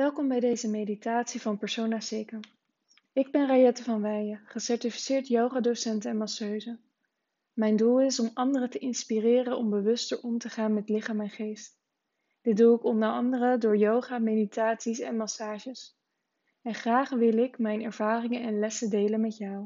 Welkom bij deze meditatie van Persona Seeker. Ik ben Rayette van Weijen, gecertificeerd yogadocent en masseuse. Mijn doel is om anderen te inspireren om bewuster om te gaan met lichaam en geest. Dit doe ik onder andere door yoga, meditaties en massages. En graag wil ik mijn ervaringen en lessen delen met jou.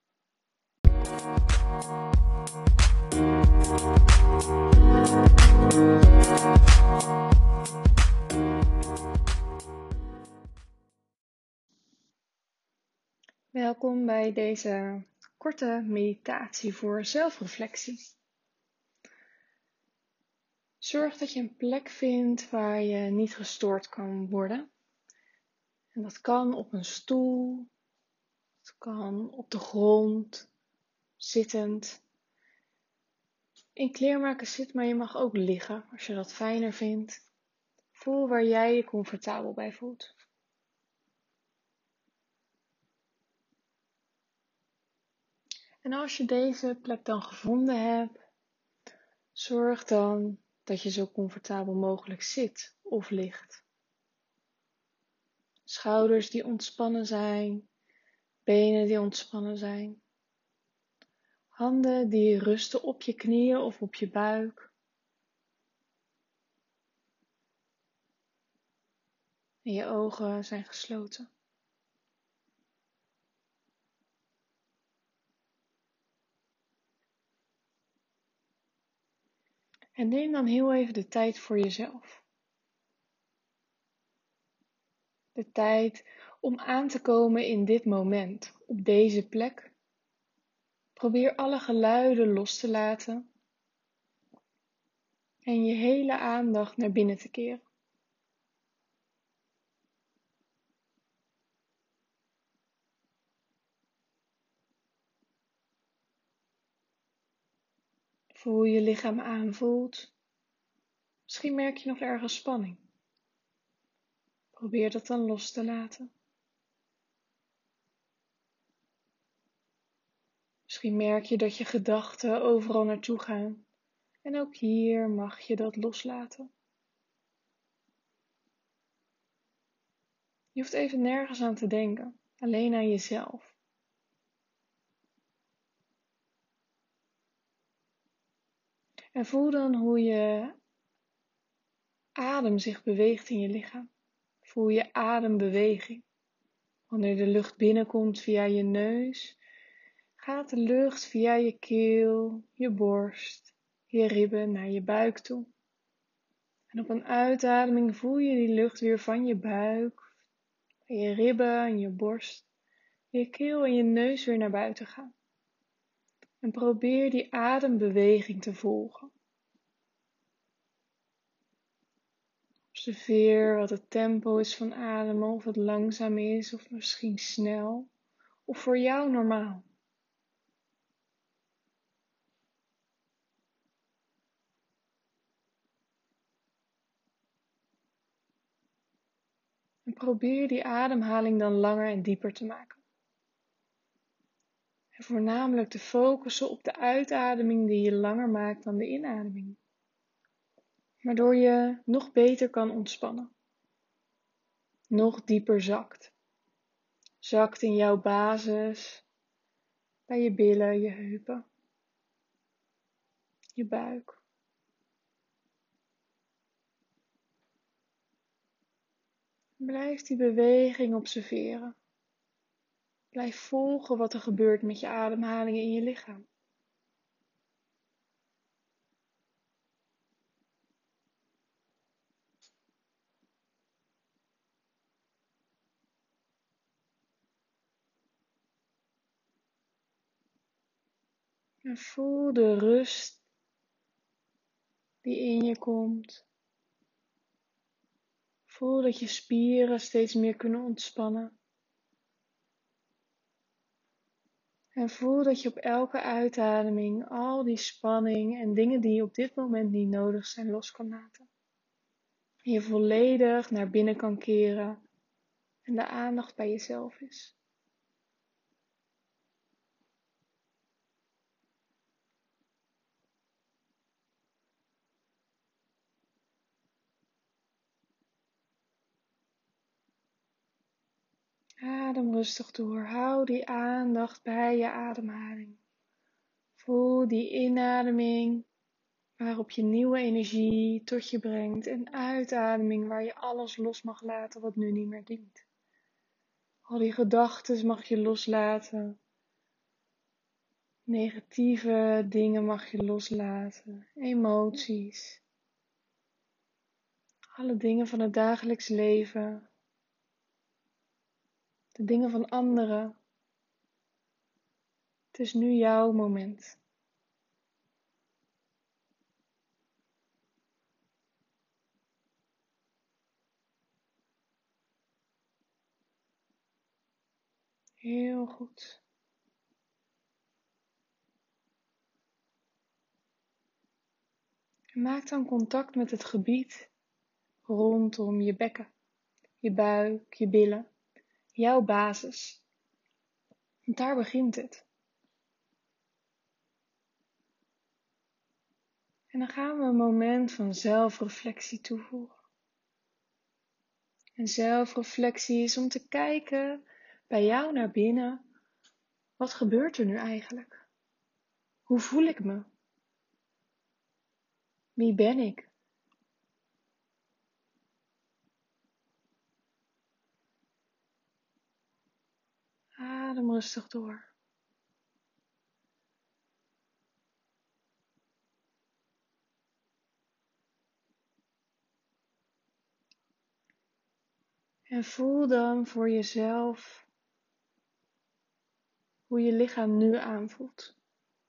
Welkom bij deze korte meditatie voor zelfreflectie. Zorg dat je een plek vindt waar je niet gestoord kan worden. En dat kan op een stoel, het kan op de grond, zittend. In kleermaken zit, maar je mag ook liggen als je dat fijner vindt. Voel waar jij je comfortabel bij voelt. En als je deze plek dan gevonden hebt, zorg dan dat je zo comfortabel mogelijk zit of ligt. Schouders die ontspannen zijn, benen die ontspannen zijn. Handen die rusten op je knieën of op je buik. En je ogen zijn gesloten. En neem dan heel even de tijd voor jezelf. De tijd om aan te komen in dit moment, op deze plek. Probeer alle geluiden los te laten. En je hele aandacht naar binnen te keren. Voel hoe je lichaam aanvoelt. Misschien merk je nog ergens spanning. Probeer dat dan los te laten. Misschien merk je dat je gedachten overal naartoe gaan. En ook hier mag je dat loslaten. Je hoeft even nergens aan te denken, alleen aan jezelf. En voel dan hoe je adem zich beweegt in je lichaam. Voel je adembeweging. Wanneer de lucht binnenkomt via je neus, gaat de lucht via je keel, je borst, je ribben naar je buik toe. En op een uitademing voel je die lucht weer van je buik, van je ribben en je borst, je keel en je neus weer naar buiten gaan. En probeer die adembeweging te volgen. Observeer wat het tempo is van ademen, of het langzaam is of misschien snel, of voor jou normaal. En probeer die ademhaling dan langer en dieper te maken. En voornamelijk te focussen op de uitademing die je langer maakt dan de inademing. Waardoor je nog beter kan ontspannen. Nog dieper zakt. Zakt in jouw basis, bij je billen, je heupen, je buik. Blijf die beweging observeren. Blijf volgen wat er gebeurt met je ademhalingen in je lichaam. En voel de rust die in je komt. Voel dat je spieren steeds meer kunnen ontspannen. En voel dat je op elke uitademing al die spanning en dingen die op dit moment niet nodig zijn los kan laten. En je volledig naar binnen kan keren en de aandacht bij jezelf is. Adem rustig door. Hou die aandacht bij je ademhaling. Voel die inademing waarop je nieuwe energie tot je brengt en uitademing waar je alles los mag laten wat nu niet meer dient. Al die gedachten mag je loslaten. Negatieve dingen mag je loslaten. Emoties. Alle dingen van het dagelijks leven. De dingen van anderen. Het is nu jouw moment. Heel goed. En maak dan contact met het gebied rondom je bekken, je buik, je billen, jouw basis. Want daar begint het. En dan gaan we een moment van zelfreflectie toevoegen. En zelfreflectie is om te kijken bij jou naar binnen. Wat gebeurt er nu eigenlijk? Hoe voel ik me? Wie ben ik? Adem rustig door. En voel dan voor jezelf hoe je lichaam nu aanvoelt.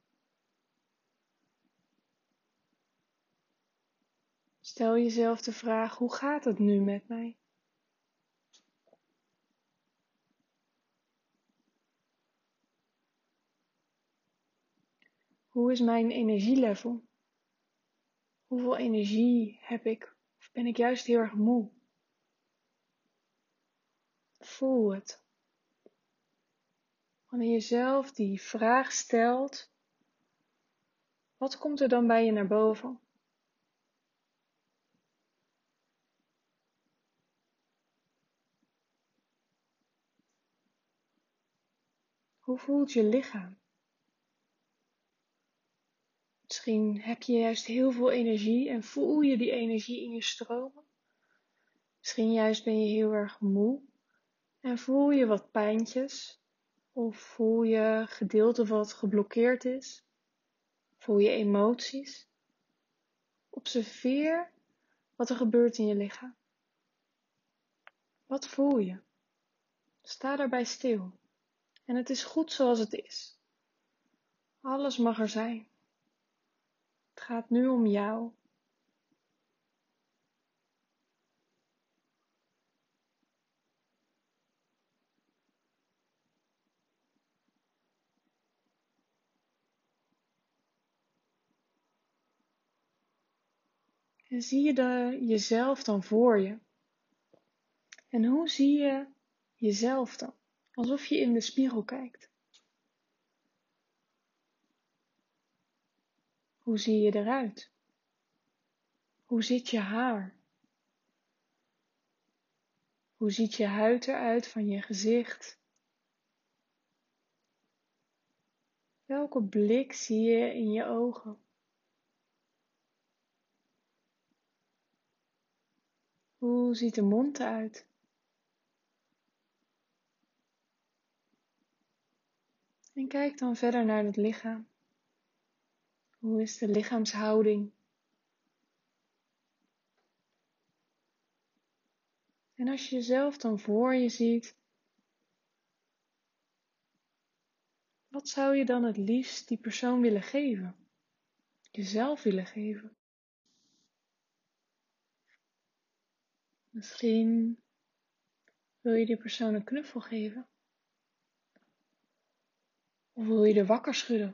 Stel jezelf de vraag, hoe gaat het nu met mij? Hoe is mijn energielevel? Hoeveel energie heb ik? Of ben ik juist heel erg moe? Voel het. Wanneer je zelf die vraag stelt, wat komt er dan bij je naar boven? Hoe voelt je lichaam? Misschien heb je juist heel veel energie en voel je die energie in je stromen. Misschien juist ben je heel erg moe en voel je wat pijntjes. Of voel je gedeelte wat geblokkeerd is. Voel je emoties. Observeer wat er gebeurt in je lichaam. Wat voel je? Sta daarbij stil. En het is goed zoals het is. Alles mag er zijn. Het gaat nu om jou. En zie je jezelf dan voor je? En hoe zie je jezelf dan? Alsof je in de spiegel kijkt. Hoe zie je eruit? Hoe zit je haar? Hoe ziet je huid eruit van je gezicht? Welke blik zie je in je ogen? Hoe ziet de mond eruit? En kijk dan verder naar het lichaam. Hoe is de lichaamshouding? En als je jezelf dan voor je ziet, wat zou je dan het liefst die persoon willen geven? Jezelf willen geven? Misschien wil je die persoon een knuffel geven? Of wil je er wakker schudden?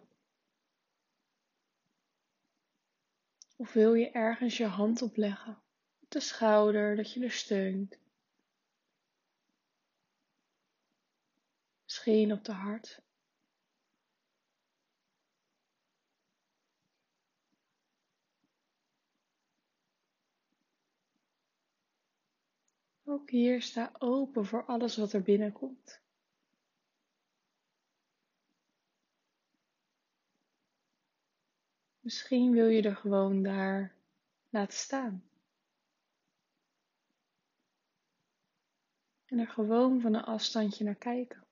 Of wil je ergens je hand opleggen? Op de schouder, dat je er steunt. Misschien op de hart. Ook hier sta open voor alles wat er binnenkomt. Misschien wil je er gewoon daar laten staan. En er gewoon van een afstandje naar kijken.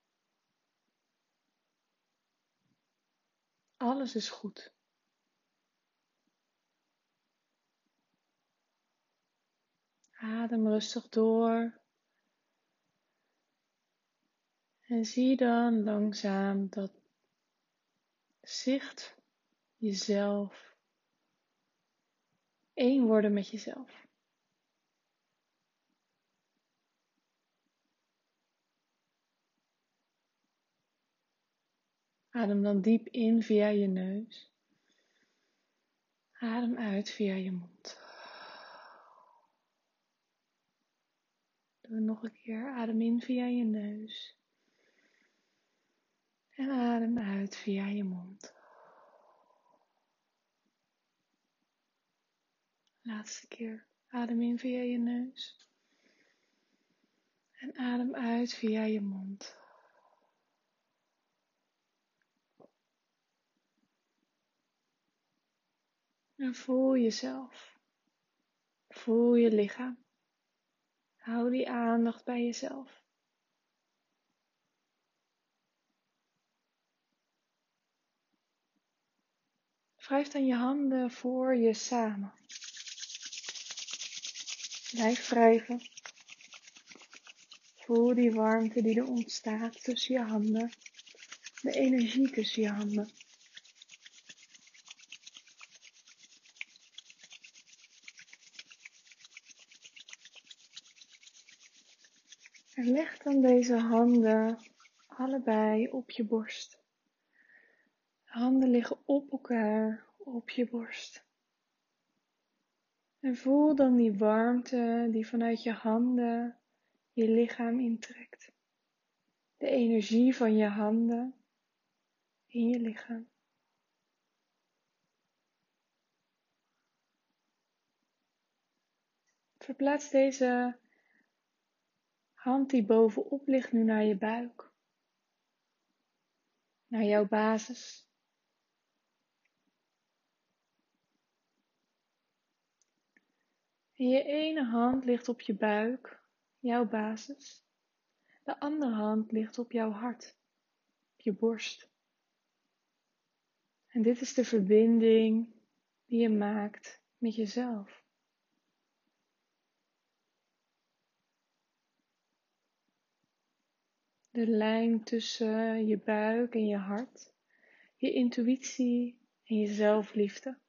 Alles is goed. Adem rustig door. En zie dan langzaam dat zicht jezelf één worden met jezelf. Adem dan diep in via je neus. Adem uit via je mond. Doe nog een keer. Adem in via je neus. En adem uit via je mond. Laatste keer. Adem in via je neus. En adem uit via je mond. En voel jezelf. Voel je lichaam. Hou die aandacht bij jezelf. Wrijf dan je handen voor je samen. Blijf wrijven. Voel die warmte die er ontstaat tussen je handen. De energie tussen je handen. En leg dan deze handen allebei op je borst. De handen liggen op elkaar op je borst. En voel dan die warmte die vanuit je handen je lichaam intrekt. De energie van je handen in je lichaam. Verplaats deze hand die bovenop ligt nu naar je buik. Naar jouw basis. En je ene hand ligt op je buik, jouw basis. De andere hand ligt op jouw hart, op je borst. En dit is de verbinding die je maakt met jezelf. De lijn tussen je buik en je hart, je intuïtie en je zelfliefde.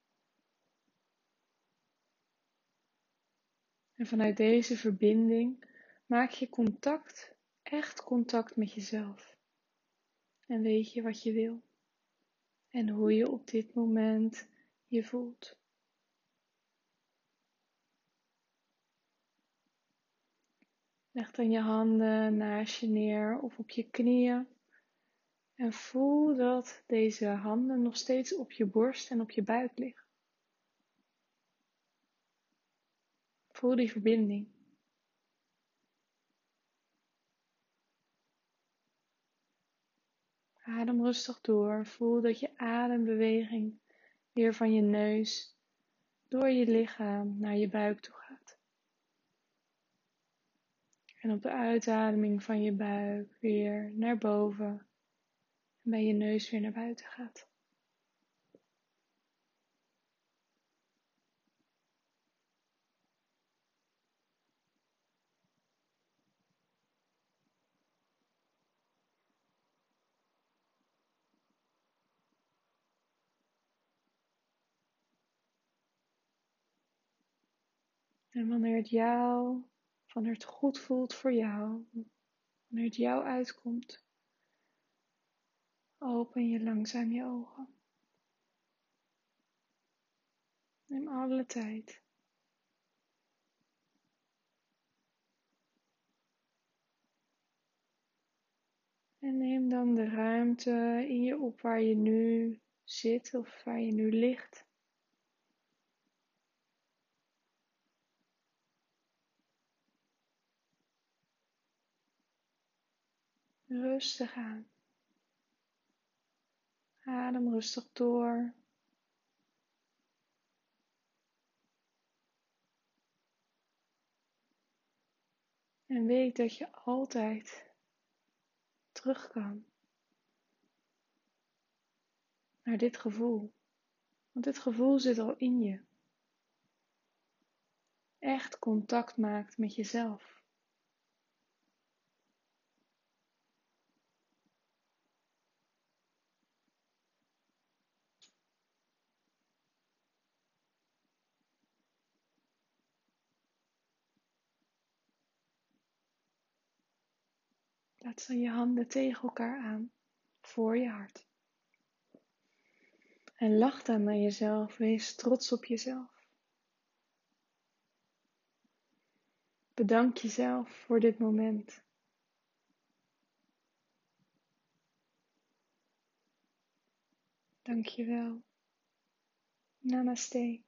En vanuit deze verbinding maak je contact, echt contact met jezelf. En weet je wat je wil. En hoe je op dit moment je voelt. Leg dan je handen naast je neer of op je knieën. En voel dat deze handen nog steeds op je borst en op je buik liggen. Voel die verbinding. Adem rustig door. Voel dat je adembeweging weer van je neus door je lichaam naar je buik toe gaat. En op de uitademing van je buik weer naar boven en bij je neus weer naar buiten gaat. En wanneer het goed voelt voor jou, wanneer het jou uitkomt, open je langzaam je ogen. Neem alle tijd. En neem dan de ruimte in je op waar je nu zit of waar je nu ligt. Rustig aan. Adem rustig door. En weet dat je altijd terug kan naar dit gevoel. Want dit gevoel zit al in je. Echt contact maakt met jezelf. Laat dan je handen tegen elkaar aan, voor je hart. En lach dan naar jezelf, wees trots op jezelf. Bedank jezelf voor dit moment. Dank je wel. Namaste.